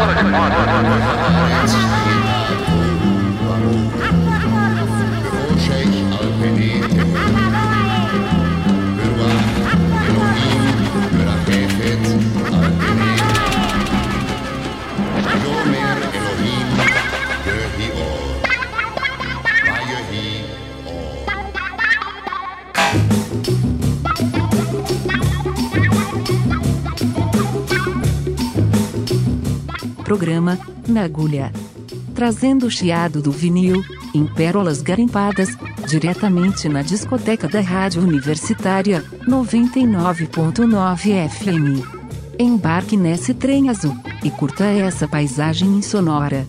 Programa Na Agulha, trazendo o chiado do vinil, em pérolas garimpadas, diretamente na discoteca da Rádio Universitária, 99.9 FM. Embarque nesse trem azul, e curta essa paisagem insonora.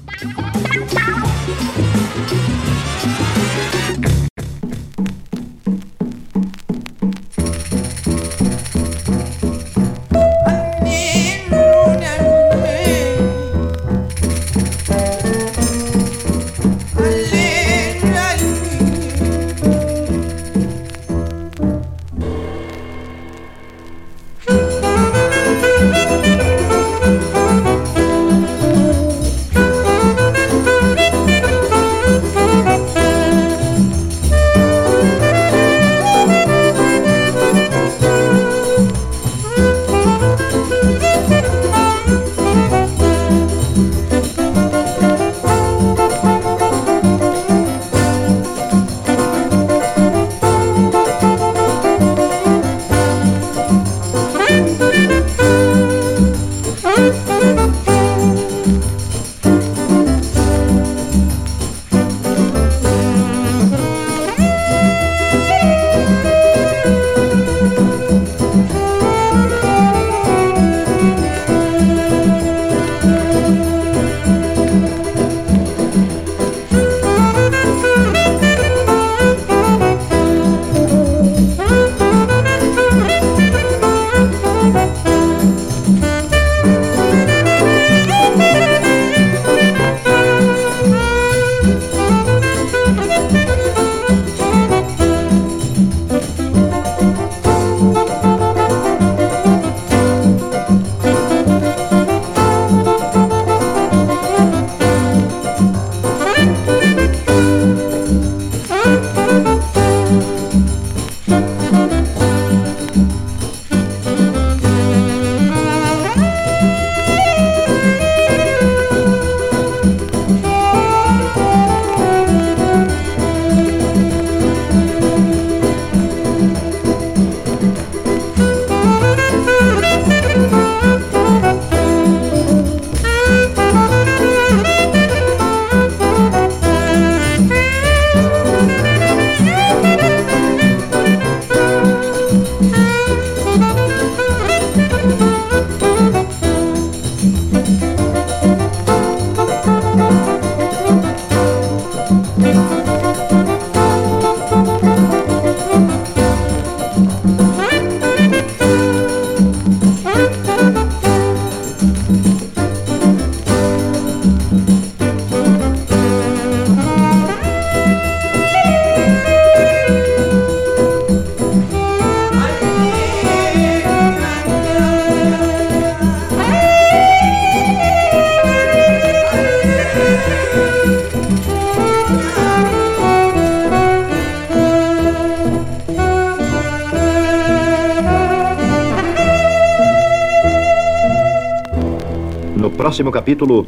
No próximo capítulo...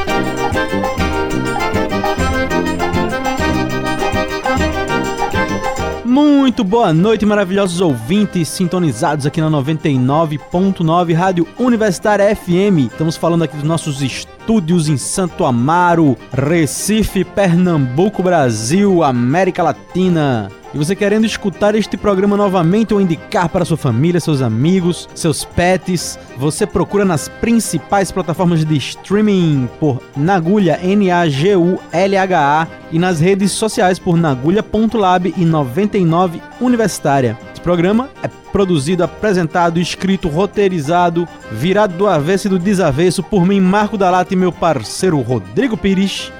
Muito boa noite, maravilhosos ouvintes sintonizados aqui na 99.9 Rádio Universitária FM. Estamos falando aqui dos nossos estúdios em Santo Amaro, Recife, Pernambuco, Brasil, América Latina. E você querendo escutar este programa novamente ou indicar para sua família, seus amigos, seus pets, você procura nas principais plataformas de streaming por Nagulha, Nagulha, e nas redes sociais por nagulha.lab e 99 Universitária. Esse programa é produzido, apresentado, escrito, roteirizado, virado do avesso e do desavesso por mim, Marco Dalata, e meu parceiro Rodrigo Pires.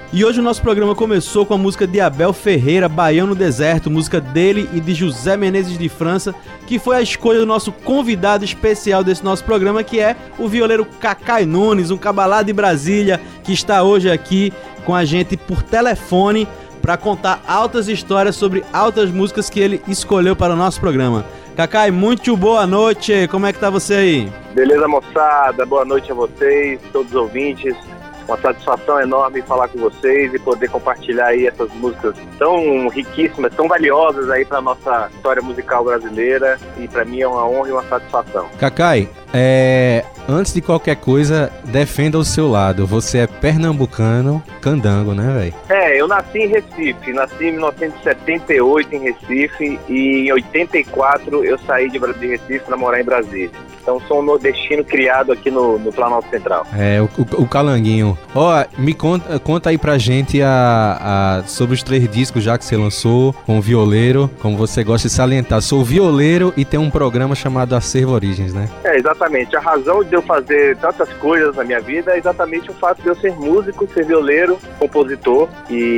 E hoje o nosso programa começou com a música de Abel Ferreira, Baião no Deserto, música dele e de José Menezes de França, que foi a escolha do nosso convidado especial desse nosso programa, que é o violeiro Cacai Nunes, um cabalá de Brasília, que está hoje aqui com a gente por telefone para contar altas histórias sobre altas músicas que ele escolheu para o nosso programa. Cacai, muito boa noite, como é que tá você aí? Beleza, moçada, boa noite a vocês, todos os ouvintes. Uma satisfação enorme falar com vocês e poder compartilhar aí essas músicas tão riquíssimas, tão valiosas aí para nossa história musical brasileira, e para mim é uma honra e uma satisfação. Cacai, antes de qualquer coisa, defenda o seu lado. Você é pernambucano, candango, né, velho? Eu nasci em Recife, nasci em 1978 em Recife, e em 84 eu saí de Recife para morar em Brasília. Então sou um nordestino criado aqui no Planalto Central. O calanguinho. Me conta aí pra gente sobre os 3 discos já que você lançou com o violeiro, como você gosta de salientar. Sou violeiro e tem um programa chamado Acervo Origens, né? Exatamente. A razão de eu fazer tantas coisas na minha vida é exatamente o fato de eu ser músico, ser violeiro, compositor.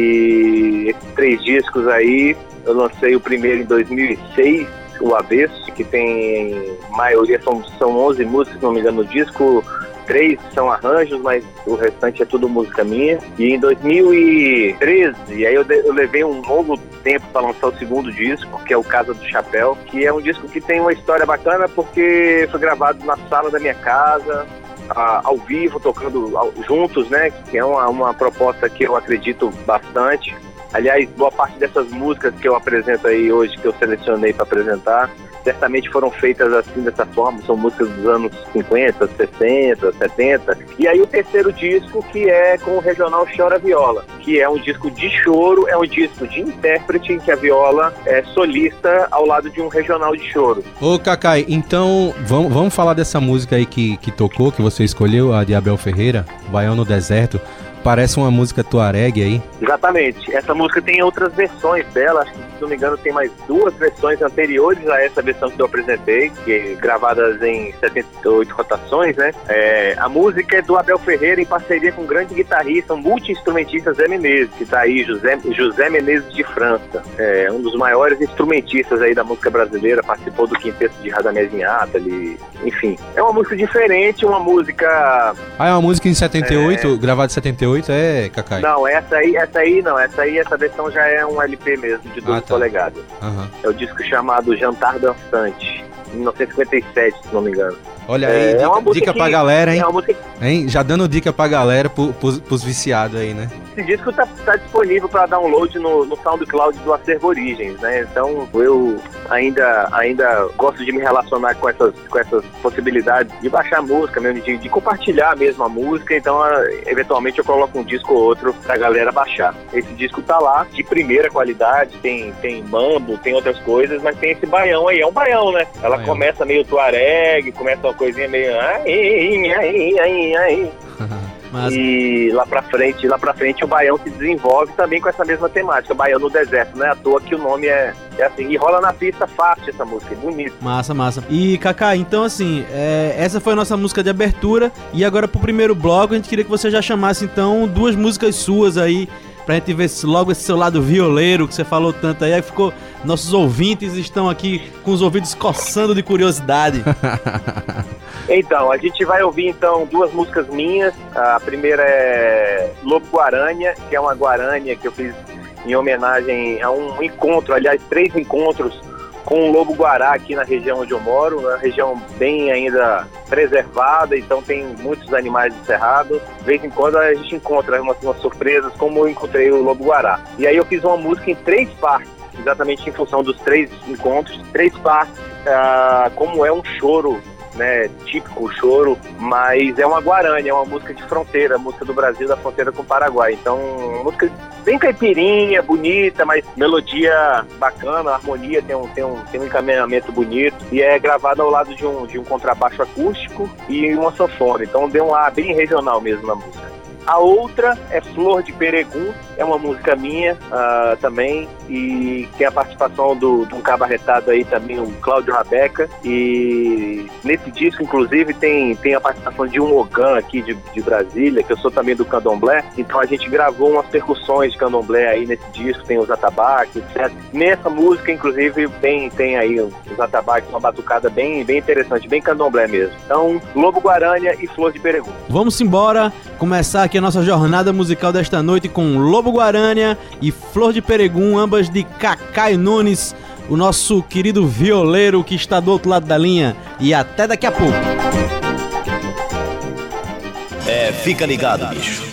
E esses 3 discos aí, eu lancei o primeiro em 2006, o Avesso, que tem maioria, são 11 músicas, se não me engano, no disco. 3 são arranjos, mas o restante é tudo música minha. E em 2013, aí eu levei um longo tempo para lançar o segundo disco, que é o Casa do Chapéu, que é um disco que tem uma história bacana porque foi gravado na sala da minha casa, ao vivo, tocando juntos, né? Que é uma proposta que eu acredito bastante. Aliás, boa parte dessas músicas que eu apresento aí hoje, que eu selecionei para apresentar, certamente foram feitas assim, dessa forma. São músicas dos anos 50, 60, 70. E aí o terceiro disco, que é com o Regional Chora Viola, que é um disco de choro, é um disco de intérprete, em que a viola é solista ao lado de um regional de choro. Ô Cacai, então vamos falar dessa música aí que tocou, que você escolheu, a de Abel Ferreira, Baião no Deserto. Parece uma música tuareg aí. Exatamente. Essa música tem outras versões dela, acho que, se não me engano, tem mais 2 versões anteriores a essa versão que eu apresentei, que gravadas em 78 rotações, né? A música é do Abel Ferreira em parceria com um grande guitarrista, um multi-instrumentista, Zé Menezes, que tá aí, José Menezes de França. Um dos maiores instrumentistas aí da música brasileira, participou do quinteto de Radamés Inátali, enfim. É uma música diferente, uma música... é uma música em 78, gravada em 78, Cacai? Não, essa versão já é um LP mesmo, de 12 polegadas. Uhum. É o disco chamado Jantar Dançante, em 1957, se não me engano. Olha aí, dica pra galera, hein? Hein? Já dando dica pra galera, pros viciados aí, né? Esse disco tá disponível para download no SoundCloud do Acervo Origens, né? Então eu ainda gosto de me relacionar com essas possibilidades de baixar música mesmo, de compartilhar mesmo a música. Então eventualmente eu coloco um disco ou outro pra galera baixar. Esse disco tá lá, de primeira qualidade, tem mambo, tem outras coisas, mas tem esse baião aí, é um baião, né? Ela começa meio tuareg, começa uma coisinha meio Mas... E lá pra frente o baião se desenvolve também com essa mesma temática, Baião no Deserto, não é à toa que o nome é assim, e rola na pista fácil essa música, é bonito. Massa. E Cacá, então assim, essa foi a nossa música de abertura, e agora pro primeiro bloco a gente queria que você já chamasse então 2 músicas suas aí, pra gente ver logo esse seu lado violeiro que você falou tanto aí ficou... Nossos ouvintes estão aqui com os ouvidos coçando de curiosidade. Então, a gente vai ouvir então 2 músicas minhas. A primeira é Lobo Guarânia, que é uma guarânia que eu fiz em homenagem a um encontro, aliás, 3 encontros com o lobo-guará aqui na região onde eu moro, uma região bem ainda preservada, então tem muitos animais do cerrado. De vez em quando a gente encontra umas surpresas, como eu encontrei o lobo-guará. E aí eu fiz uma música em 3 partes, exatamente em função dos 3 encontros, 3 partes, como é um choro, né, típico choro, mas é uma guarânia, é uma música de fronteira, música do Brasil, da fronteira com o Paraguai. Então, música bem caipirinha, bonita, mas melodia bacana, a harmonia tem um encaminhamento bonito, e é gravada ao lado de um contrabaixo acústico e uma sanfona. Então deu um ar bem regional mesmo na música. A outra é Flor de Peregum, é uma música minha também, e tem a participação de um cabaretado aí também, o Cláudio Rabeca, e nesse disco, inclusive, tem a participação de um Ogan aqui de Brasília, que eu sou também do candomblé, então a gente gravou umas percussões de candomblé aí nesse disco, tem os atabaques, etc. Nessa música, inclusive, tem aí os atabaques, uma batucada bem interessante, bem candomblé mesmo. Então, Lobo Guarânia e Flor de Peregum. Vamos embora, começar aqui a nossa jornada musical desta noite com Lobo Guarânia e Flor de Peregum, ambas de Cacai Nunes, o nosso querido violeiro que está do outro lado da linha. E até daqui a pouco. Fica ligado, bicho.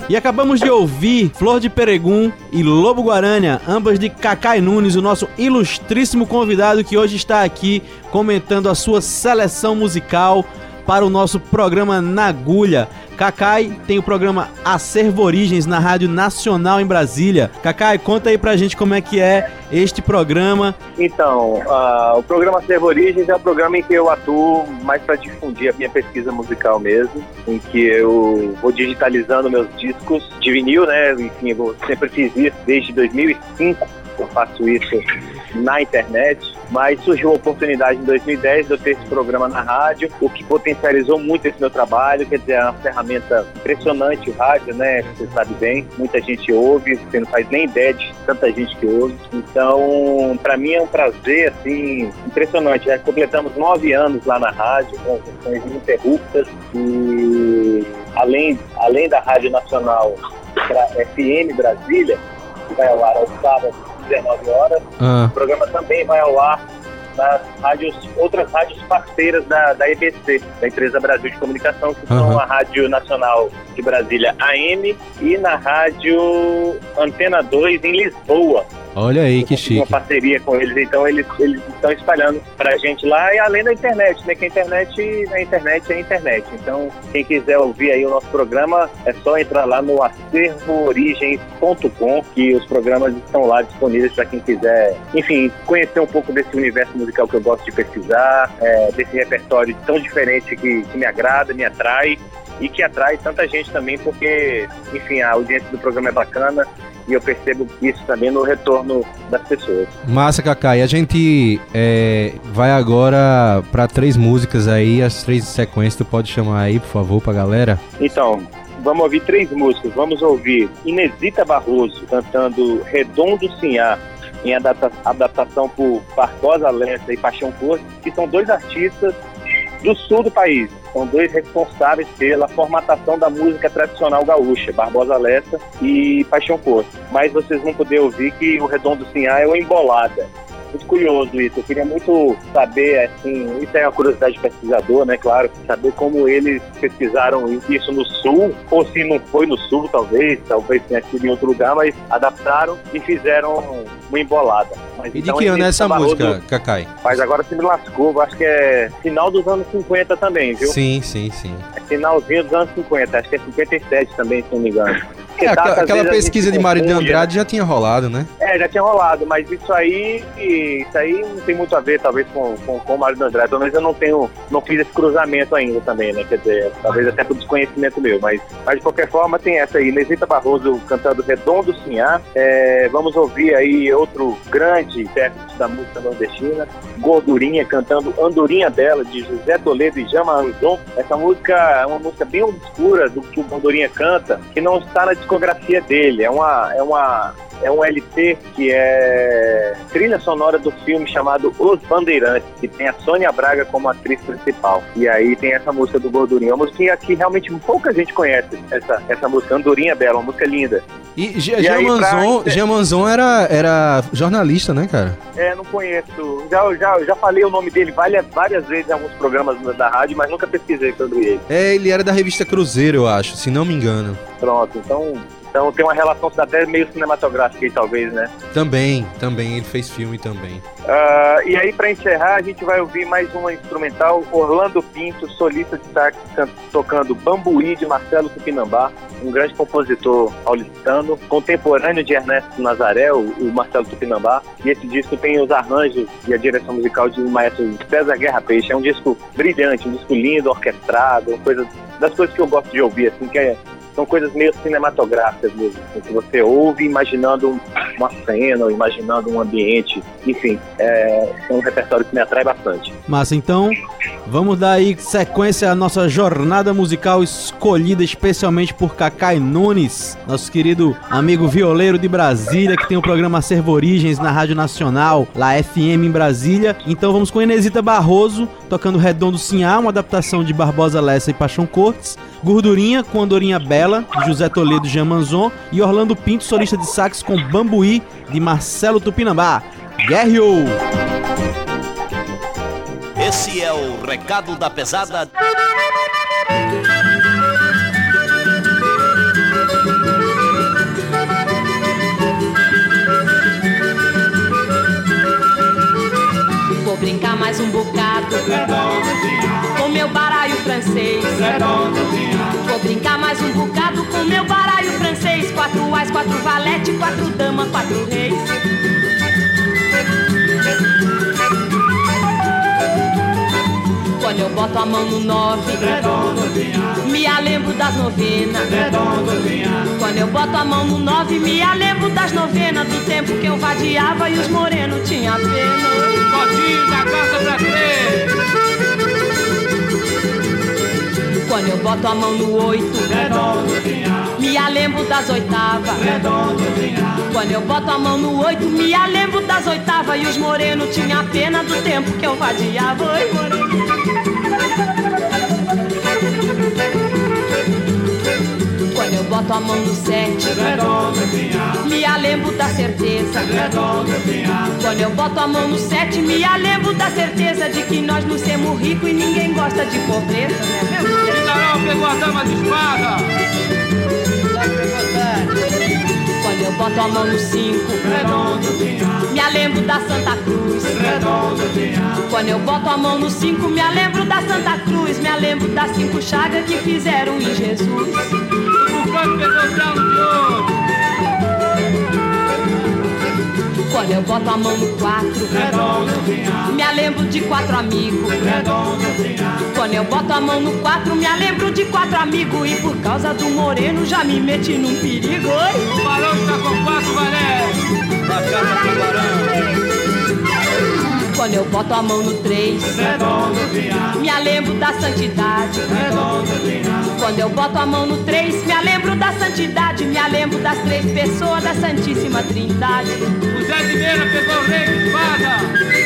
E acabamos de ouvir Flor de Peregum e Lobo Guarânia, ambas de Cacai Nunes, o nosso ilustríssimo convidado que hoje está aqui comentando a sua seleção musical para o nosso programa Na Agulha. Cacai tem o programa Acervo Origens na Rádio Nacional em Brasília. Cacai, conta aí pra gente como é que é este programa. Então, o programa Acervo Origens é um programa em que eu atuo mais para difundir a minha pesquisa musical mesmo, em que eu vou digitalizando meus discos de vinil, né? Enfim, eu sempre fiz isso desde 2005, eu faço isso na internet. Mas surgiu a oportunidade em 2010 de eu ter esse programa na rádio, o que potencializou muito esse meu trabalho. Quer dizer, é uma ferramenta impressionante o rádio, né? Você sabe bem, muita gente ouve, você não faz nem ideia de tanta gente que ouve. Então, para mim é um prazer, assim, impressionante. Já completamos 9 anos lá na rádio, com sessões ininterruptas, e além da Rádio Nacional FM Brasília, que vai ao ar aos sábados, 19 horas. O programa também vai ao ar nas outras rádios parceiras da EBC, da Empresa Brasil de Comunicação, que são a Rádio Nacional de Brasília AM e na Rádio Antena 2 em Lisboa. Olha aí, que chique. Uma parceria com eles, então eles estão espalhando pra gente lá, e além da internet, né? Que a internet é internet. Então, quem quiser ouvir aí o nosso programa, é só entrar lá no acervoorigens.com, que os programas estão lá disponíveis para quem quiser, enfim, conhecer um pouco desse universo musical que eu gosto de pesquisar, desse repertório tão diferente que me agrada, me atrai, e que atrai tanta gente também, porque, enfim, a audiência do programa é bacana, e eu percebo isso também no retorno das pessoas. Massa, Cacai. A gente vai agora para 3 músicas aí, as 3 sequências. Tu pode chamar aí, por favor, pra galera? Então, vamos ouvir 3 músicas. Vamos ouvir Inesita Barroso cantando Redondo Sinhá, em adaptação por Barbosa Lessa e Paixão Cortes, que são 2 artistas do sul do país. São 2 responsáveis pela formatação da música tradicional gaúcha, Barbosa Lessa e Paixão Cortes. Mas vocês vão poder ouvir que o Redondo Sinhá é uma embolada. Muito curioso isso, eu queria muito saber, assim, isso é uma curiosidade de pesquisador, né, claro, saber como eles pesquisaram isso no sul, ou se não foi no sul, talvez tenha sido em outro lugar, mas adaptaram e fizeram uma embolada. Mas, e então, de que ano é essa música, Cacai? Mas agora você me lascou, eu acho que é final dos anos 50 também, viu? Sim. É finalzinho dos anos 50, acho que é 57 também, se não me engano. Aquela pesquisa de Mário de Andrade já tinha rolado, né? Já tinha rolado, mas isso aí não tem muito a ver, talvez, com o Mário de Andrade. Pelo menos eu não fiz esse cruzamento ainda também, né? Quer dizer, talvez até por desconhecimento meu, mas de qualquer forma tem essa aí, Inesita Barroso cantando Redondo Sinhá. Vamos ouvir aí outro grande intérprete da música nordestina, Gordurinha, cantando Andorinha Dela, de José Toledo e Jama Anzon. Essa música é uma música bem obscura do que o Gordurinha canta, que não está na discografia dele. É um LP que é trilha sonora do filme chamado Os Bandeirantes, que tem a Sônia Braga como atriz principal. E aí tem essa música do Gordurinha, uma música que realmente pouca gente conhece, essa música, Andorinha Bela, uma música linda. E Jamanzon era jornalista, né, cara? Não conheço. Já falei o nome dele várias vezes em alguns programas da rádio, mas nunca pesquisei sobre ele. Ele era da revista Cruzeiro, eu acho, se não me engano. Pronto, então tem uma relação até meio cinematográfica aí, talvez, né? Também, ele fez filme também. E aí, pra encerrar, a gente vai ouvir mais uma instrumental, Orlando Pinto, solista de sax, tocando Bambuí, de Marcelo Tupinambá, um grande compositor paulistano, contemporâneo de Ernesto Nazaré, o Marcelo Tupinambá. E esse disco tem os arranjos e a direção musical de um maestro César Guerra Peixe. É um disco brilhante, um disco lindo, orquestrado, das coisas que eu gosto de ouvir, assim, são coisas meio cinematográficas mesmo, assim, que você ouve imaginando uma cena, ou imaginando um ambiente, enfim, é um repertório que me atrai bastante. Massa, então vamos dar aí sequência à nossa jornada musical escolhida especialmente por Cacai Nunes, nosso querido amigo violeiro de Brasília, que tem o programa Acervo Origens na Rádio Nacional, lá FM em Brasília. Então vamos com Inesita Barroso tocando Redondo Sinhá, uma adaptação de Barbosa Lessa e Paixão Cortes, Gordurinha com Andorinha Bela, de José Toledo e Jamanzon, e Orlando Pinto, solista de sax, com Bambuí, de Marcelo Tupinambá. Guerreou! Esse é o recado da pesada. brincar mais um bocado com meu baralho francês. Vou brincar mais um bocado com meu baralho francês. 4 ás, 4 valete, 4 dama, 4 reis. Quando eu boto a mão no 9, me lembro das novenas. Quando eu boto a mão no 9, me lembro das novenas. Do tempo que eu vadiava e os morenos tinham pena. Botinho da casa pra três. Quando eu boto a mão no 8, me lembro das oitavas. Quando eu boto a mão no 8, me lembro das oitavas. E os morenos tinham pena do tempo que eu vadiava. Oi, moreno. Quando eu boto a mão no 7, me lembro da certeza. Quando eu boto a mão no 7, me lembro da certeza de que nós não somos ricos e ninguém gosta de pobreza, né? Carol pegou a dama de espada. Quando eu boto a mão no 5, me lembro da Santa Cruz. Quando eu boto a mão no 5, me lembro da Santa Cruz. Me lembro das 5 chagas que fizeram em Jesus. O canto pegou o diabo de ouro. Quando eu boto a mão no 4, me lembro de 4 amigos. Quando eu boto a mão no 4, me lembro de 4 amigos. E por causa do moreno já me meti num perigo. Oi? O barão está com 4 valé. Quando eu boto a mão no 3, me lembro da santidade. Quando eu boto a mão no 3, me lembro da santidade. Me lembro das 3 pessoas da Santíssima Trindade. O Zé de Meira pegou o rei de espada.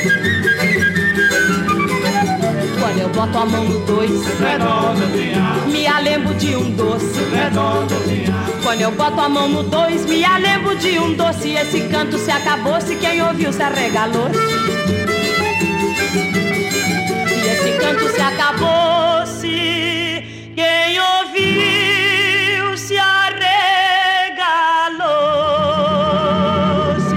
Quando eu boto a mão no 2, me lembro de um doce. Quando eu boto a mão no 2, me lembro de um doce. Esse canto se acabou-se, quem ouviu se arregalou-se. E esse canto se acabou-se, quem ouviu se arregalou-se.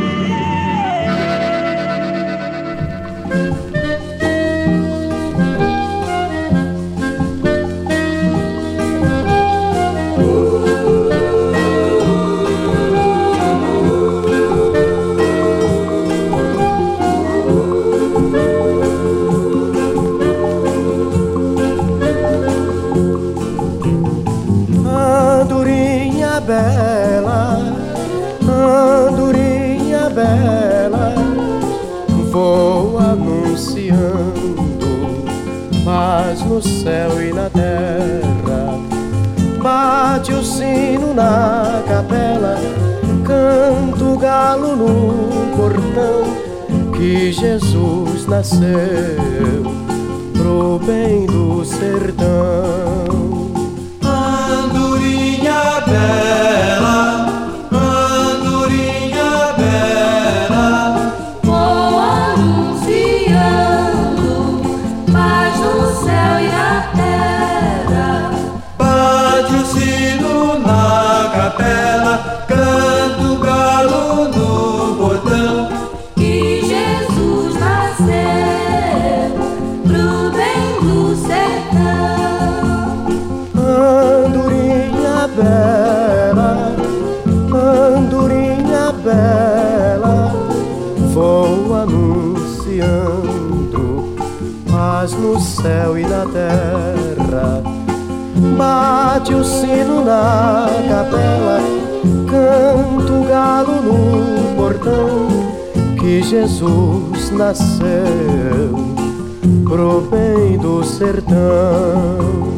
Andorinha bela, vou anunciando paz no céu e na terra. Bate o sino na capela, canta o galo no portão, que Jesus nasceu pro bem do sertão. Andorinha bela, andorinha bela, vou anunciando paz no céu e na terra. bate o sino na capela, canta o galo no portão, Que Jesus nasceu pro bem do sertão. Andorinha bela, andorinha bela, vou anunciando paz no céu e na terra. Bate o sino na capela, canta o galo no portão, que Jesus nasceu pro bem do sertão.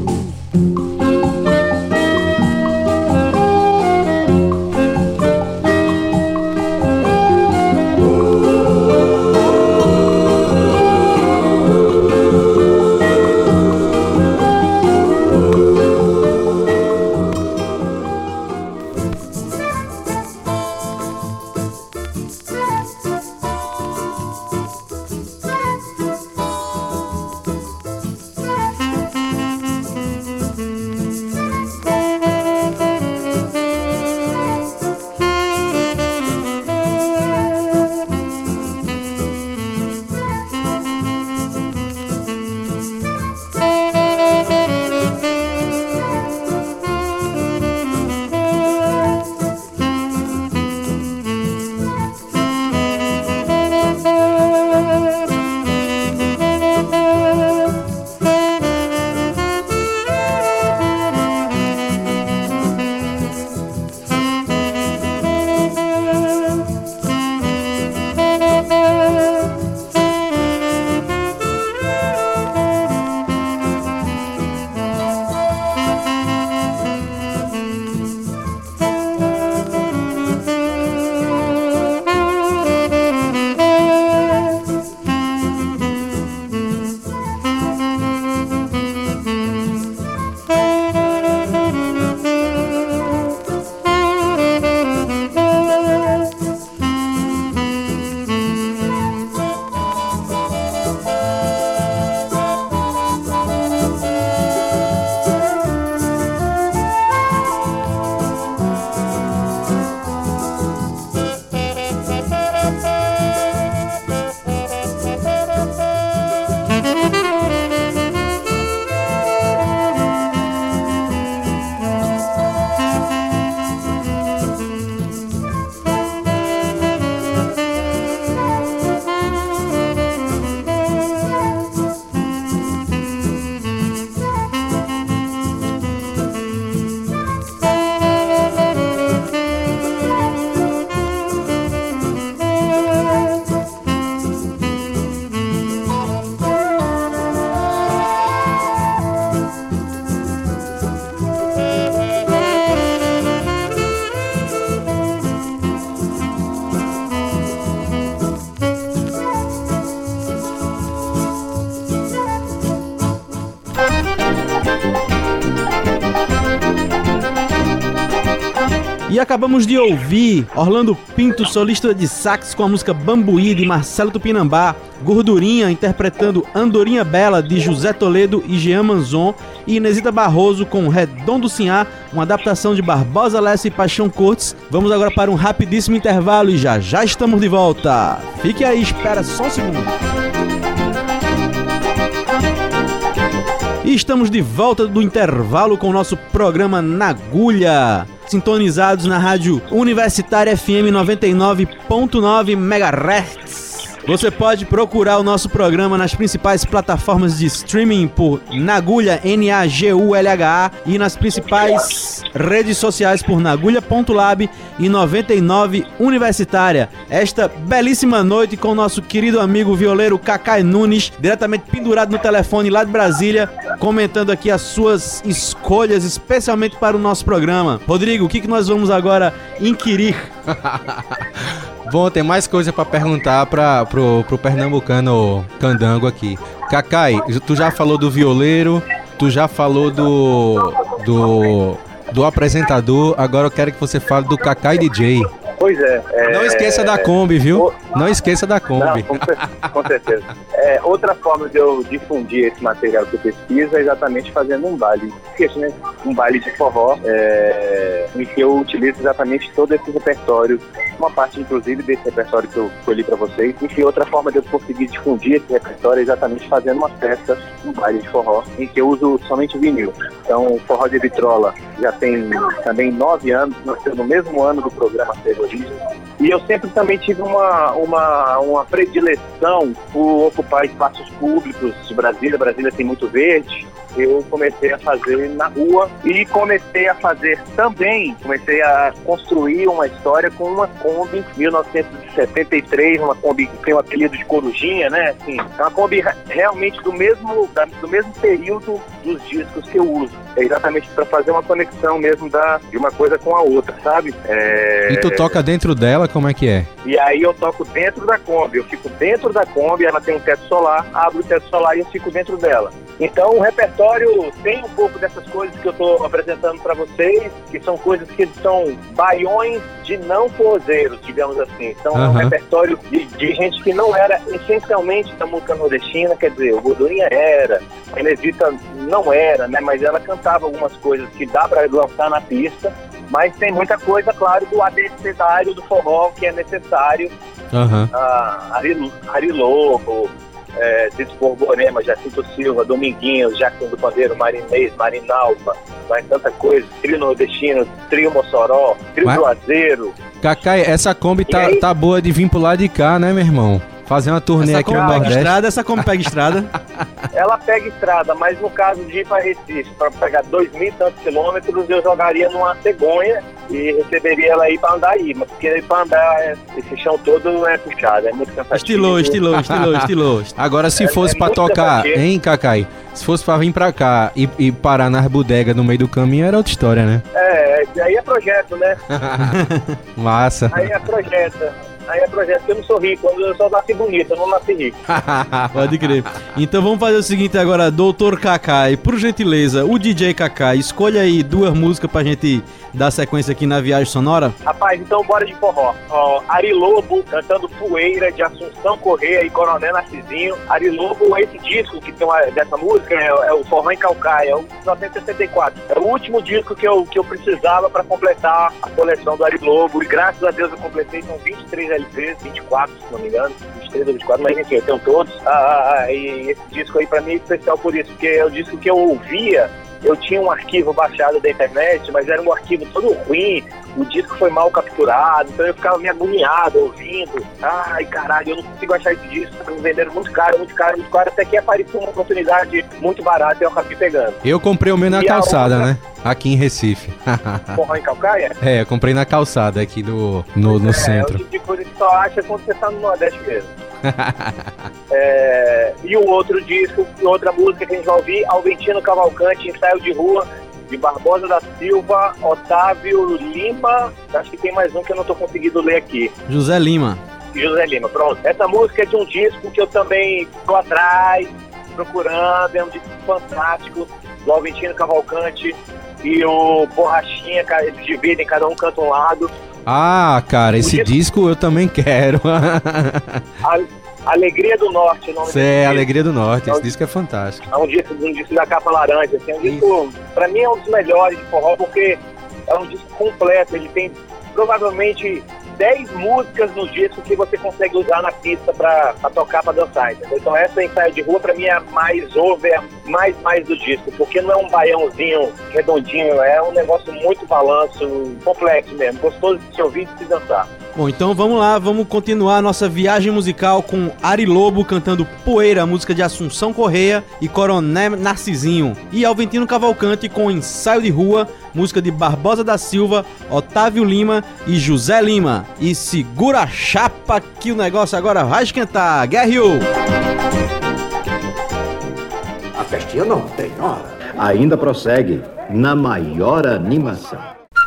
E acabamos de ouvir Orlando Pinto, solista de sax, com a música Bambuí, de Marcelo Tupinambá, Gordurinha, interpretando Andorinha Bela, de José Toledo e Jean Manzon, e Inesita Barroso com Redondo Sinhá, uma adaptação de Barbosa Lessa e Paixão Cortes. Vamos agora para um rapidíssimo intervalo e já estamos de volta. Fique aí, espera só um segundo. E estamos de volta do intervalo com o nosso programa Na Agulha, sintonizados na rádio Universitária FM 99.9 MHz. Você pode procurar o nosso programa nas principais plataformas de streaming por Nagulha, Nagulha, e nas principais redes sociais por nagulha.lab e 99 Universitária. Esta belíssima noite com o nosso querido amigo violeiro Cacai Nunes, diretamente pendurado no telefone lá de Brasília, comentando aqui as suas escolhas, especialmente para o nosso programa. Rodrigo, o que nós vamos agora inquirir? Bom, tem mais coisa pra perguntar pro pernambucano candango aqui. Cacai, tu já falou do violeiro, tu já falou do apresentador, agora eu quero que você fale do Cacai DJ. Pois é. Não esqueça da Kombi, viu? Não esqueça da Kombi. Não, com certeza. Outra forma de eu difundir esse material que eu pesquiso é exatamente fazendo um baile. Né? Um baile de forró, em que eu utilizo exatamente todo esse repertório, uma parte inclusive desse repertório que eu escolhi para vocês. Enfim, outra forma de eu conseguir difundir esse repertório é exatamente fazendo uma festa, um baile de forró, em que eu uso somente vinil. Então, o Forró de Vitrola já tem também 9 anos, nasceu no mesmo ano do programa Ser Origem. E eu sempre também tive uma predileção por ocupar espaços públicos de Brasília. Brasília tem muito verde. Eu comecei a fazer na rua e comecei a construir uma história com uma Kombi 1973, uma Kombi que tem o apelido de Corujinha, né? Assim, é uma Kombi realmente do mesmo período dos discos que eu uso. É exatamente para fazer uma conexão mesmo de uma coisa com a outra, sabe? E tu toca dentro dela, como é que é? E aí eu toco dentro da Kombi, eu fico dentro da Kombi, ela tem um teto solar, abro o teto solar e eu fico dentro dela. Então o repertório tem um pouco dessas coisas que eu estou apresentando para vocês, que são coisas que são baiões de não forrozeiros, digamos assim. Então é um repertório de gente que não era essencialmente da música nordestina, quer dizer, o Gordurinha era, a Inesita não era, né? Mas ela cantava algumas coisas que dá para lançar na pista, mas tem muita coisa, claro, do abecedário do forró que é necessário. Ari Lobo, Tito Borborema, Jacinto Silva, Dominguinhos, Jackson do Pandeiro, Marinês, Marinalva, mais tanta coisa, Trio Nordestino, Trio Mossoró, Trio Juazeiro. Cacai, essa Kombi tá boa de vir pro lado de cá, né, meu irmão? Fazer uma turnê aqui no Nordeste. Essa Kombi pega estrada? Ela pega estrada, mas no caso de ir para Recife, para pegar 2.000 e tantos quilômetros, eu jogaria numa cegonha e receberia ela aí para andar aí. Mas porque para andar, esse chão todo é puxado, é muito cansativo. Estilou. Agora, se fosse para tocar, hein, Cacai? Se fosse para vir para cá e parar nas bodegas no meio do caminho, era outra história, né? Aí é projeto, né? Massa. Aí é projeto, que eu não sou rico, eu só nasci bonito, eu não nasci rico. Pode crer. Então vamos fazer o seguinte agora, Doutor Cacai, por gentileza, o DJ Cacai, escolha aí 2 músicas pra gente dar sequência aqui na viagem sonora. Rapaz, então bora de forró. Ari Lobo cantando Poeira, de Assunção Correia e Coronel Narcisinho. Ari Lobo, esse disco que tem dessa música é o Forró em Calcaia, é o 1964. É o último disco que eu precisava pra completar a coleção do Ari Lobo, e graças a Deus eu completei, são 23 LPs, 24 se não me engano, 23 ou 24, mas enfim, eu tenho todos. E esse disco aí pra mim é especial por isso, porque é o disco que eu ouvia. Eu tinha um arquivo baixado da internet, mas era um arquivo todo ruim, o disco foi mal capturado, então eu ficava me agoniado ouvindo. Ai, caralho, eu não consigo achar esse disco, tá me vendendo muito caro, até que apareceu uma oportunidade muito barata e eu acabei pegando. Eu comprei o meu na calçada, né? Aqui em Recife. Forró em Calcaia? Eu comprei na calçada aqui no centro. É o tipo de coisa que só acha quando você tá no Nordeste mesmo. E o outro disco, outra música que a gente vai ouvir, Alventino Cavalcante, Ensaio de Rua, de Barbosa da Silva, Otávio Lima, acho que tem mais um que eu não tô conseguindo ler aqui. José Lima, pronto. Essa música é de um disco que eu também tô atrás, procurando, é um disco fantástico, do Alventino Cavalcante, e o Borrachinha, eles dividem, cada um canta um lado. Ah, cara, esse disco eu também quero. Alegria do Norte, o nome desse É, disco. Alegria do Norte, esse disco é fantástico. É um disco da capa laranja, assim, um disco, pra mim é um dos melhores de forró, porque é um disco completo, ele tem provavelmente 10 músicas no disco que você consegue usar na pista pra tocar, pra dançar, entendeu? Então essa Ensaio de Rua pra mim é a mais over, mais do disco, porque não é um baiãozinho redondinho, é um negócio muito balanço, complexo mesmo, gostoso de se ouvir e de se dançar. Bom, então vamos lá, vamos continuar a nossa viagem musical com Ari Lobo cantando Poeira, música de Assunção Correia e Coronel Narcisinho. E Alventino Cavalcante com Ensaio de Rua, música de Barbosa da Silva, Otávio Lima e José Lima. E segura a chapa que o negócio agora vai esquentar. Guerreou! A festinha não tem hora. Ainda prossegue na maior animação.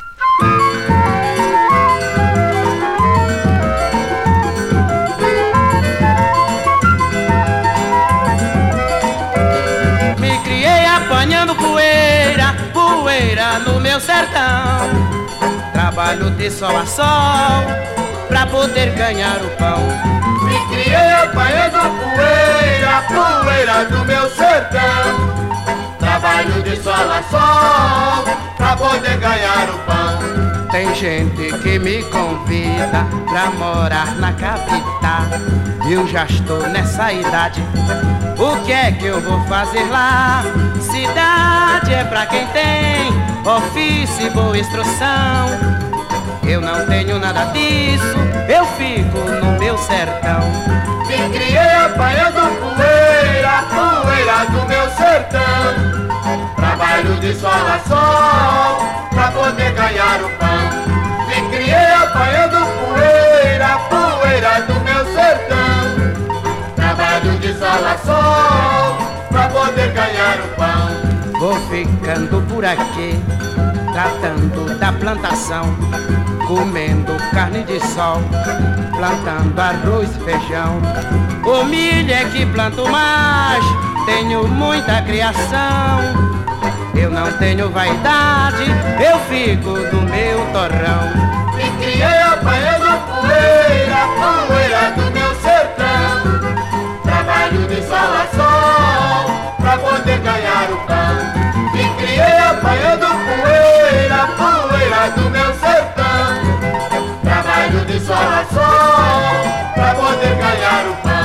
Me criei apanhando poeira, poeira no meu sertão. Trabalho de sol a sol pra poder ganhar o pão. Me criei apanhando poeira, poeira do meu sertão. Trabalho de sol a sol pra poder ganhar o pão. Tem gente que me convida pra morar na capital. Eu já estou nessa idade, o que é que eu vou fazer lá? Cidade é pra quem tem ofício e boa instrução. Eu não tenho nada disso, eu fico no meu sertão. Me criei apanhando poeira, poeira do meu sertão. Trabalho de sol a sol pra poder ganhar o pão. Me criei apanhando poeira, poeira do meu sertão. Trabalho de sol a sol pra poder ganhar o pão. Vou ficando por aqui, tratando da plantação, comendo carne de sol, plantando arroz e feijão. O milho é que planto mais, tenho muita criação. Eu não tenho vaidade, eu fico no meu torrão. Me criei apanhando poeira, poeira do meu sertão. Trabalho de sol a sol pra poder ganhar o pão. Me criei apanhando poeira, poeira do meu sertão. Trabalho de sol a sol pra poder ganhar o pão.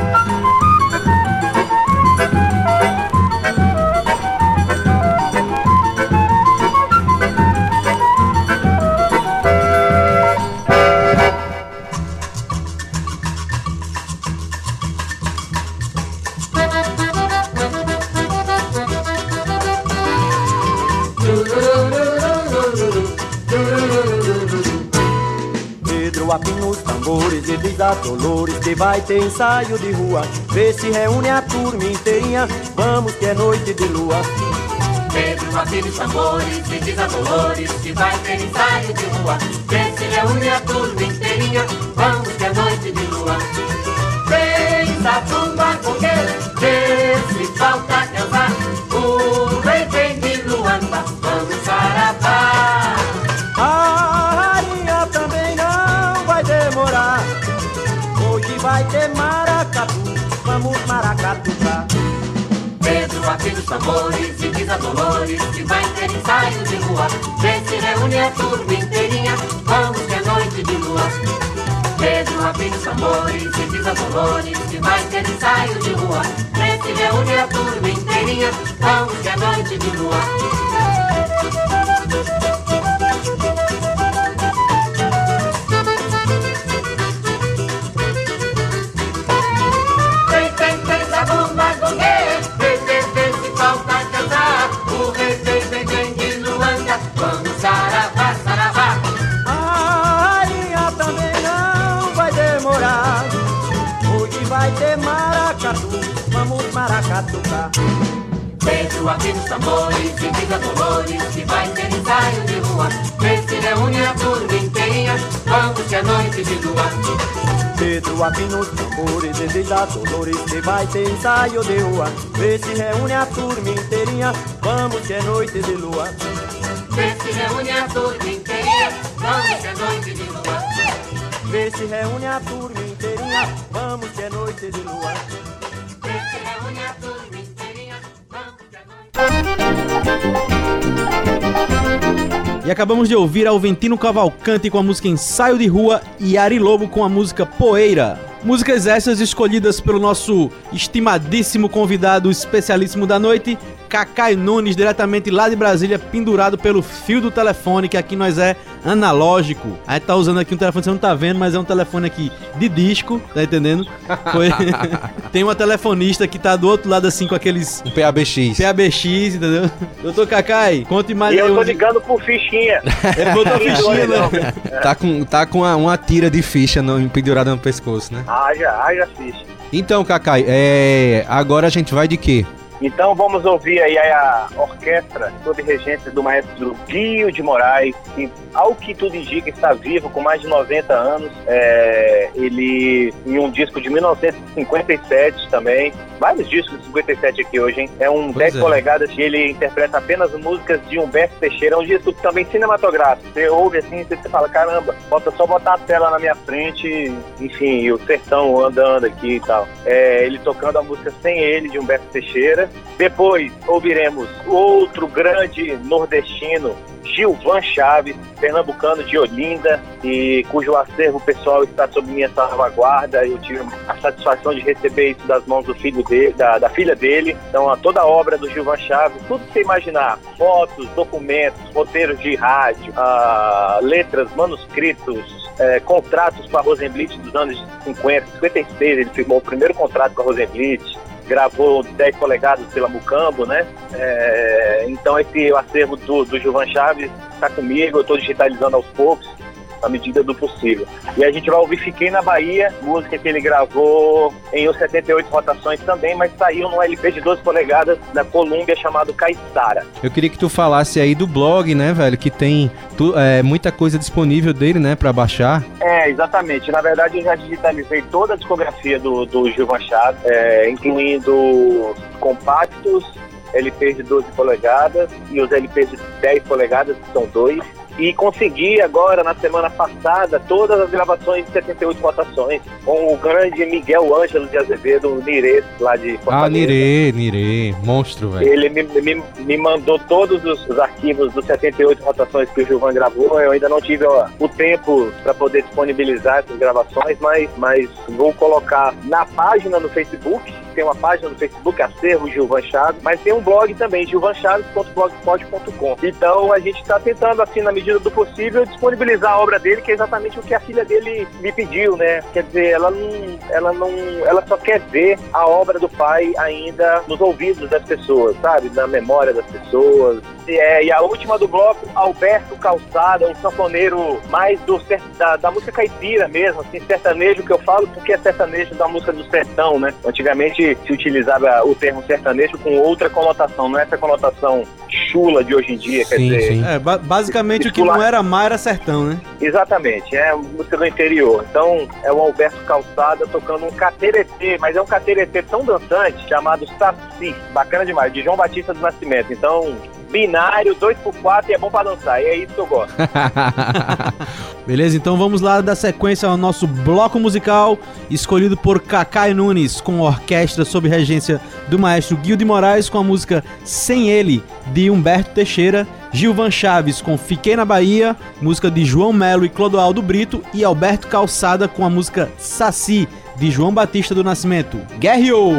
Apina os tambores e diz a Dolores que vai ter ensaio de rua. Vê se reúne a turma inteirinha, vamos que é noite de lua. Pedro apina os tambores e diz a Dolores que vai ter ensaio de rua. Vê se reúne a turma inteirinha, vamos que é noite de lua. Vem a turma coqueira, vê se falta cantar. O rei vem de Luanda, vamos saravá. A rainha também não vai demorar. Hoje vai ter maracatu, vamos maracatucar. Pedro apina os tambores e diz a Dolores que vai ter ensaio de rua. Vê se reúne a turma inteirinha, vamos que é noite de lua. Pedro apina os tambores e diz a Dolores que vai ter ensaio de rua. Vê se reúne a turma inteirinha, vamos que é noite de lua. Vamos maracatucar. Pedro apina os tambores e diz a Dolores que vai ter ensaio de rua. Vê se reúne a turma inteirinha, vamos que é noite de lua. Pedro apina os tambores e diz a Dolores que vai ter ensaio de rua. Vê se reúne a turma inteirinha, vamos que é noite de lua. Vê se reúne a turma inteirinha, vamos que é noite de lua. Vê se reúne a turma inteirinha, vamos que é noite de lua. Vê se reúne a turma inteirinha, vamos que é noite. E acabamos de ouvir Alventino Cavalcante com a música Ensaio de Rua e Ari Lobo com a música Poeira. Músicas essas escolhidas pelo nosso estimadíssimo convidado especialíssimo da noite, Cacai Nunes, diretamente lá de Brasília, pendurado pelo fio do telefone, que aqui nós é analógico. A gente tá usando aqui um telefone, você não tá vendo, mas é um telefone aqui de disco, tá entendendo? Tem uma telefonista que tá do outro lado assim com aqueles... Um PABX. PABX, entendeu? Doutor Cacai, conte mais. E eu tô ligando por fichinha. Ele botou fichinha, né? Tá com uma tira de ficha pendurada no pescoço, né? Haja ficha. Então, Cacai, agora a gente vai de quê? Então vamos ouvir aí a orquestra sob regência do maestro Guio de Moraes, que, ao que tudo indica, está vivo com mais de 90 anos. Ele, em um disco de 1957 também, vários discos de 57 aqui hoje, hein? É um 10 polegadas que ele interpreta apenas músicas de Humberto Teixeira. É um disco também cinematográfico. Você ouve assim, você fala, caramba, falta só botar a tela na minha frente, enfim, e o sertão andando aqui e tal. Ele tocando a música Sem Ele, de Humberto Teixeira. Depois ouviremos outro grande nordestino, Gilvan Chaves, pernambucano de Olinda, e cujo acervo pessoal está sob minha salvaguarda. Eu tive a satisfação de receber isso das mãos do filho dele, da filha dele. Então, toda a obra do Gilvan Chaves, tudo que você imaginar, fotos, documentos, roteiros de rádio, letras, manuscritos, contratos com a Rosenblit dos anos 50, 56, ele firmou o primeiro contrato com a Rosenblit, gravou 10 polegadas pela Mucambo, né? Então esse acervo do Gilvan Chaves está comigo, eu estou digitalizando aos poucos, na medida do possível. E a gente vai ouvir Fiquei na Bahia, música que ele gravou em 78 rotações também, mas saiu num LP de 12 polegadas da Colômbia chamado Caiçara. Eu queria que tu falasse aí do blog, né, velho, que tem muita coisa disponível dele, né, pra baixar. Exatamente. Na verdade, eu já digitalizei toda a discografia do Gilvan Chaves, incluindo compactos, LPs de 12 polegadas e os LPs de 10 polegadas, que são 2. E consegui agora, na semana passada, todas as gravações de 78 rotações com o grande Miguel Ângelo de Azevedo, Nirê, lá de Fortaleza. Nirê, monstro, velho. Ele me mandou todos os arquivos dos 78 rotações que o Gilvan gravou. Eu ainda não tive o tempo para poder disponibilizar essas gravações, mas vou colocar na página no Facebook. Tem uma página no Facebook, Acervo Gilvan Chaves, mas tem um blog também, gilvanchaves.blogspot.com. Então a gente está tentando, assim, na medida do possível, disponibilizar a obra dele, que é exatamente o que a filha dele me pediu, né? Quer dizer, ela só quer ver a obra do pai ainda nos ouvidos das pessoas, sabe? Na memória das pessoas. E a última do bloco, Alberto Calçada, um sanfoneiro mais da música caipira mesmo, assim, sertanejo, que eu falo porque é sertanejo da música do sertão, né? Antigamente se utilizava o termo sertanejo com outra conotação, não é essa conotação chula de hoje em dia, quer dizer... Sim. Basicamente o que não era mar era sertão, né? Exatamente, é música do interior. Então é o Alberto Calçada tocando um cateretê, mas é um cateretê tão dançante, chamado Saci, bacana demais, de João Batista do Nascimento. Então, binário, 2x4 e é bom pra dançar, e é isso que eu gosto. Beleza, então vamos lá dar sequência ao nosso bloco musical, escolhido por Cacai Nunes, com orquestra sob regência do maestro Guio de Moraes, com a música Sem Ele, de Humberto Teixeira, Gilvan Chaves com Fiquei na Bahia, música de João Melo e Clodoaldo Brito, e Alberto Calçada com a música Saci, de João Batista do Nascimento. Guerreou!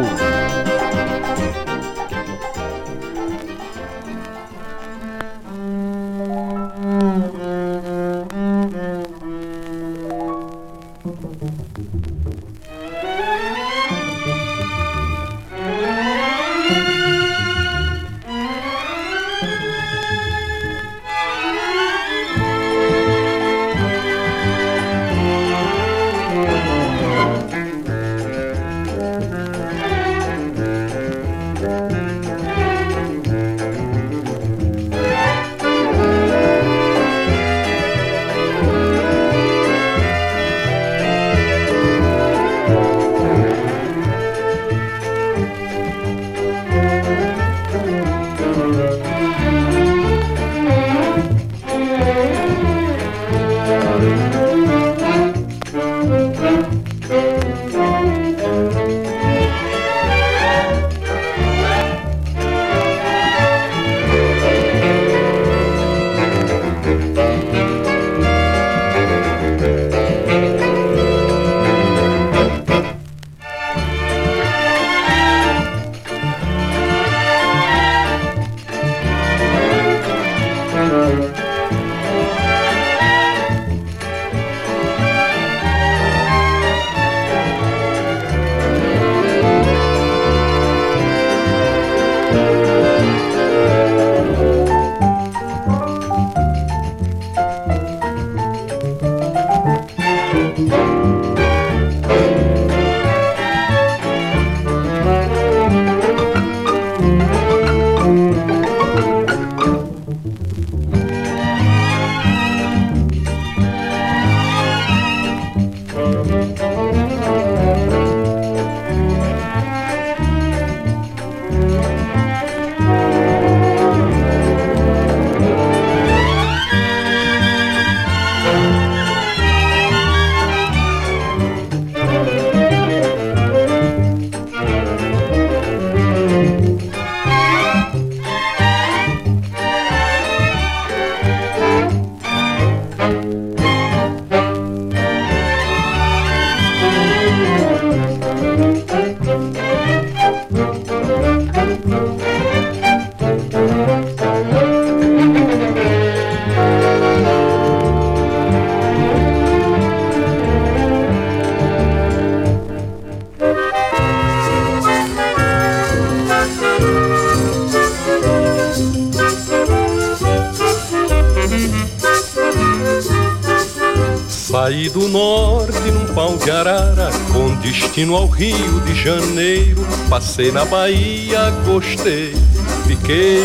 Saí do norte num pau de arara, com destino ao Rio de Janeiro. Passei na Bahia, gostei, fiquei.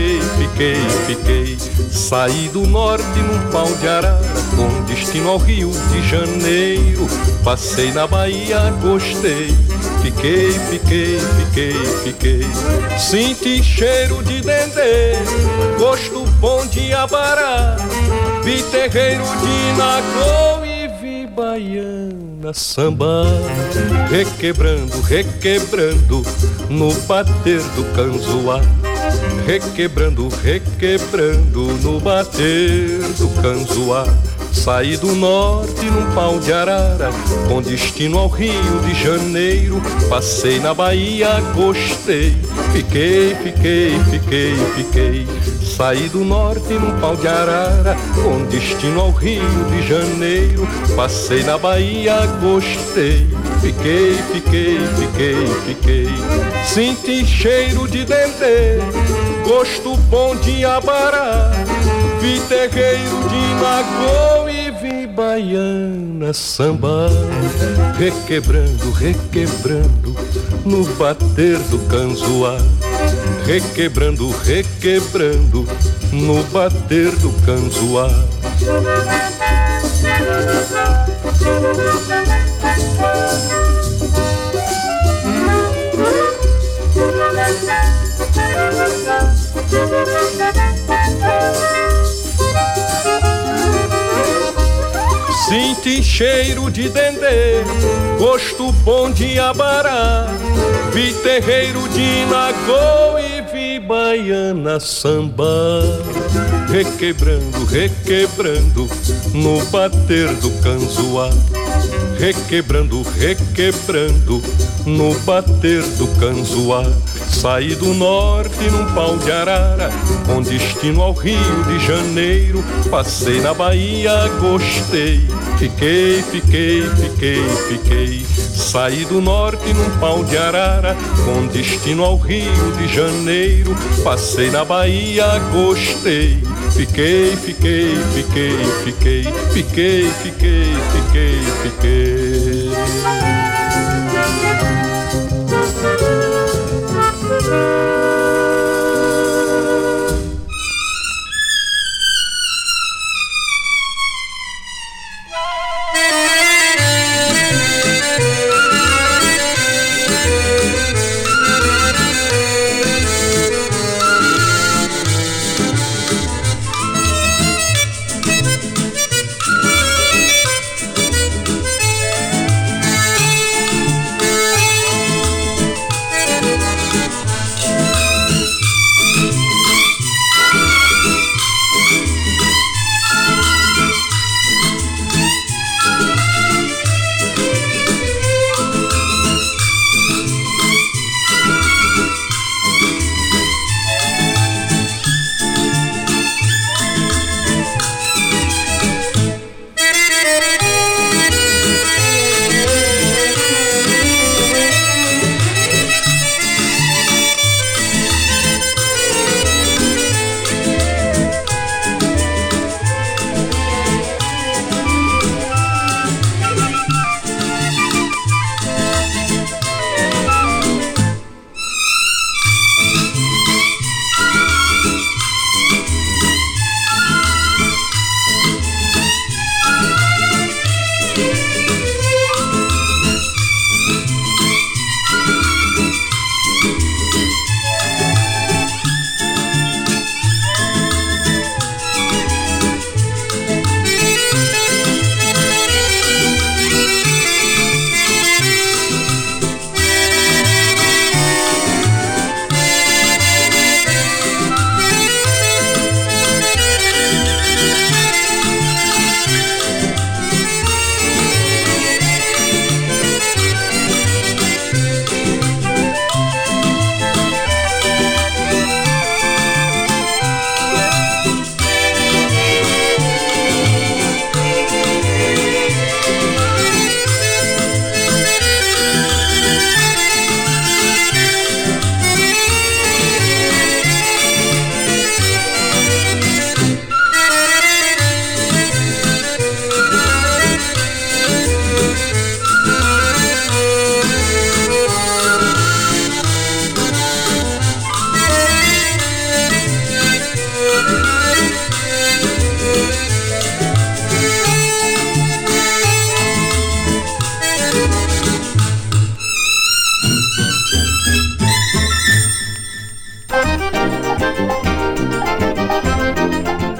Saí do norte num pau de arara, com destino ao Rio de Janeiro. Passei na Bahia, gostei, fiquei. Senti cheiro de dendê, gosto bom de abará. Vi terreiro de Nagô e vi baiana sambar. Requebrando no bater do canzoá. Requebrando no bater do canzoá. Saí do norte num pau de arara, com destino ao Rio de Janeiro. Passei na Bahia, gostei, fiquei. Saí do norte num pau de arara, com destino ao Rio de Janeiro. Passei na Bahia, gostei, fiquei. Senti cheiro de dendê, gosto bom de abará. Vi terreiro de Nagô e vi baiana sambar. Requebrando no bater do canzoá. Requebrando no bater do canzoá. Senti cheiro de dendê, gosto bom de abará. Vi terreiro de Nagô e vi baiana sambar. Requebrando no bater do canzoá. Requebrando no bater do canzoá. Saí do norte num pau de arara, com destino ao Rio de Janeiro. Passei na Bahia, gostei, fiquei. Saí do norte num pau de arara, com destino ao Rio de Janeiro. Passei na Bahia, gostei, fiquei.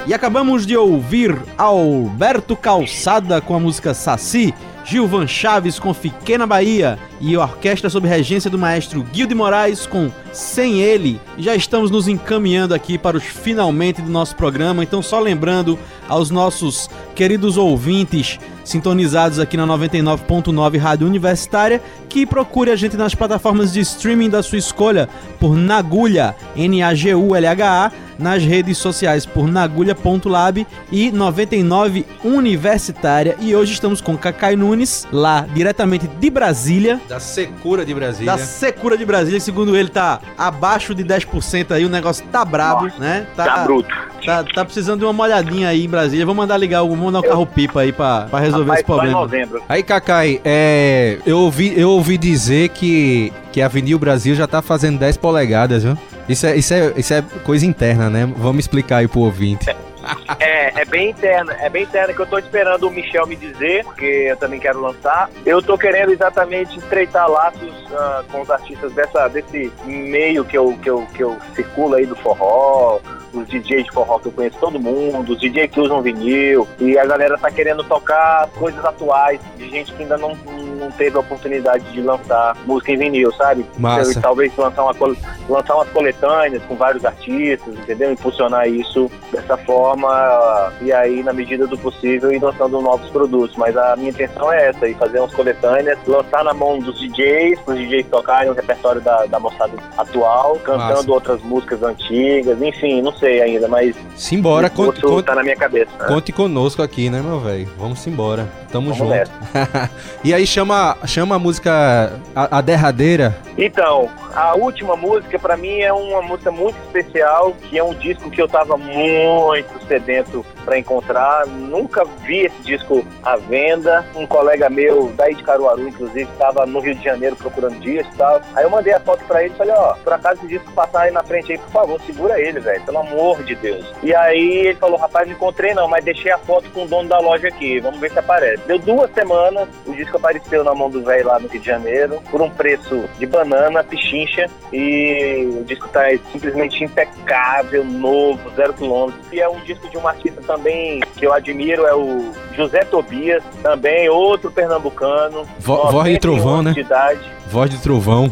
E acabamos de ouvir Alberto Calçada com a música Saci, Gilvan Chaves com Fiquei na Bahia e a orquestra sob regência do maestro Guilherme Moraes com Sem Ele. E já estamos nos encaminhando aqui para os finalmente do nosso programa, então só lembrando aos nossos queridos ouvintes sintonizados aqui na 99.9 Rádio Universitária que procure a gente nas plataformas de streaming da sua escolha por Nagulha, Nagulha, nas redes sociais por nagulha.lab e 99 Universitária. E hoje estamos com Cacai Nunes, lá diretamente de Brasília. Da Secura de Brasília. Da Secura de Brasília, segundo ele tá abaixo de 10% aí, o negócio tá brabo, né? Tá bruto. Tá precisando de uma molhadinha aí em Brasília. Vamos mandar um carro-pipa aí pra resolver esse problema. Aí, Cacai, eu ouvi dizer que a Vinil Brasil já tá fazendo 10 polegadas, viu? Isso é coisa interna, né? Vamos explicar aí pro ouvinte. É bem interna que eu tô esperando o Michel me dizer, porque eu também quero lançar. Eu tô querendo exatamente estreitar laços com os artistas desse meio que eu circulo aí do forró, os DJs de forró que eu conheço todo mundo, os DJs que usam vinil, e a galera tá querendo tocar coisas atuais, de gente que ainda não teve a oportunidade de lançar música em vinil, sabe? Massa. Talvez lançar umas coletâneas com vários artistas, entendeu? Impulsionar isso dessa forma, e aí, na medida do possível, ir lançando novos produtos. Mas a minha intenção é essa, ir fazer umas coletâneas, lançar na mão dos DJs, para os DJs tocarem o repertório da moçada atual, cantando Massa. Outras músicas antigas, enfim, não sei ainda, mas simbora, tá na minha cabeça. Conte conosco aqui, né, meu velho? Vamos embora. Tamo junto. E aí chama a música a derradeira. Então, a última música pra mim é uma música muito especial, que é um disco que eu tava muito sedento pra encontrar. Nunca vi esse disco à venda. Um colega meu, daí de Caruaru, inclusive, estava no Rio de Janeiro procurando disco e tal. Aí eu mandei a foto pra ele e falei, por acaso esse disco passar aí na frente aí, por favor, segura ele, velho, pelo amor de Deus. E aí ele falou, rapaz, não encontrei não, mas deixei a foto com o dono da loja aqui, vamos ver se aparece. Deu 2 semanas, o disco apareceu na mão do velho lá no Rio de Janeiro, por um preço de banana, pichincha, e o disco tá simplesmente impecável, novo, 0 km. E é um disco de um artista também que eu admiro, é o José Tobias, também outro pernambucano. Voz de trovão, né? De idade. Voz de trovão.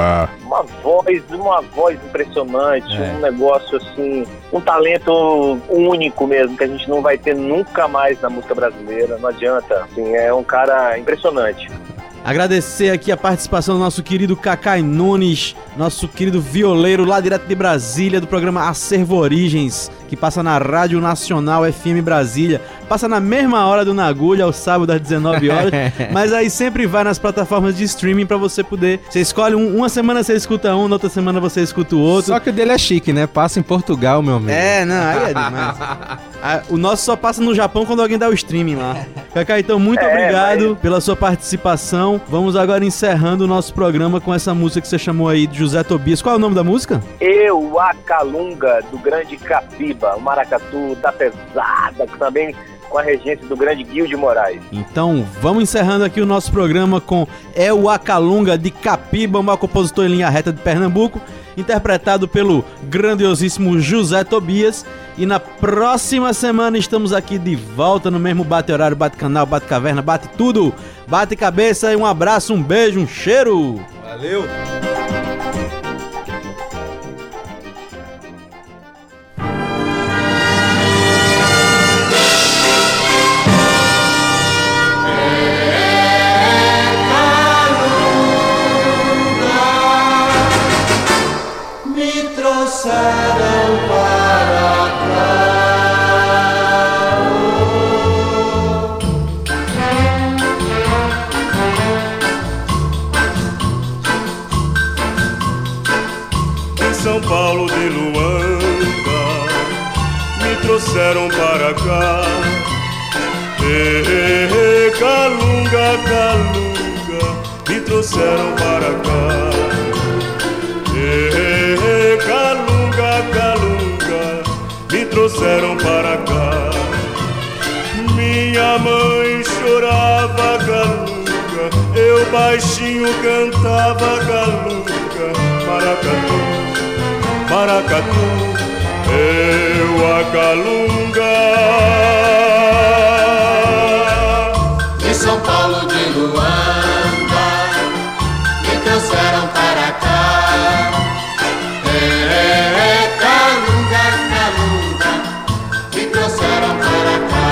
Uma voz impressionante, um negócio assim, um talento único mesmo, que a gente não vai ter nunca mais na música brasileira, não adianta, assim, é um cara impressionante. Agradecer aqui a participação do nosso querido Cacai Nunes, nosso querido violeiro lá direto de Brasília, do programa Acervo Origens, que passa na Rádio Nacional FM Brasília, passa na mesma hora do Nagulha, ao sábado às 19 horas, mas aí sempre vai nas plataformas de streaming pra você poder, você escolhe uma semana você escuta um, na outra semana você escuta o outro. Só que o dele é chique, né? Passa em Portugal, meu amigo. Aí é demais. O nosso só passa no Japão quando alguém dá o streaming lá. Cacá, então muito obrigado pela sua participação. Vamos agora encerrando o nosso programa com essa música que você chamou aí de José Tobias. Qual é o nome da música? Eu, a Calunga, do grande Capiba, o maracatu da pesada, que também com a regência do grande Guilherme Moraes. Então, vamos encerrando aqui o nosso programa com o Acalunga de Capiba, um compositor em linha reta de Pernambuco, interpretado pelo grandiosíssimo José Tobias. E na próxima semana estamos aqui de volta no mesmo bate-horário, bate-canal, bate-caverna, bate tudo, bate-cabeça. E um abraço, um beijo, um cheiro. Valeu! São Paulo de Luanda me trouxeram para cá. Calunga, Calunga, me trouxeram para cá. Calunga, Calunga, me trouxeram para cá. Minha mãe chorava Calunga, eu baixinho cantava Calunga. Maracatu, maracatu, eu a Calunga. De São Paulo de Luanda me trouxeram para cá. Calunga, Calunga, me trouxeram para cá.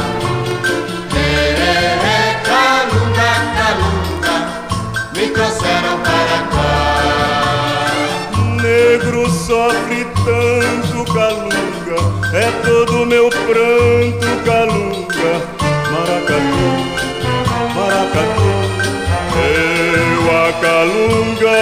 Calunga, Calunga, me trouxeram para cá. Negro sofre tanto, Calunga, é todo meu pranto, Calunga. Maracatu, maracatu, eu a Calunga.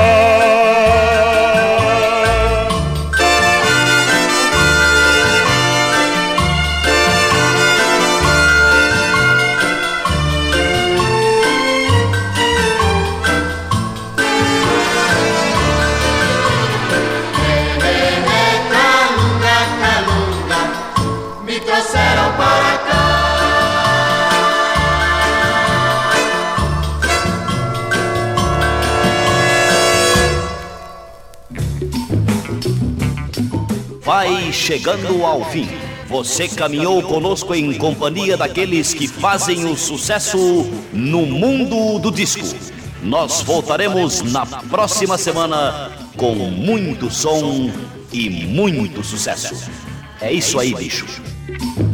Trouxeram para cá. Vai chegando ao fim. Você caminhou conosco em companhia daqueles que fazem o sucesso no mundo do disco. Nós voltaremos na próxima semana com muito som e muito sucesso. É isso aí, bicho.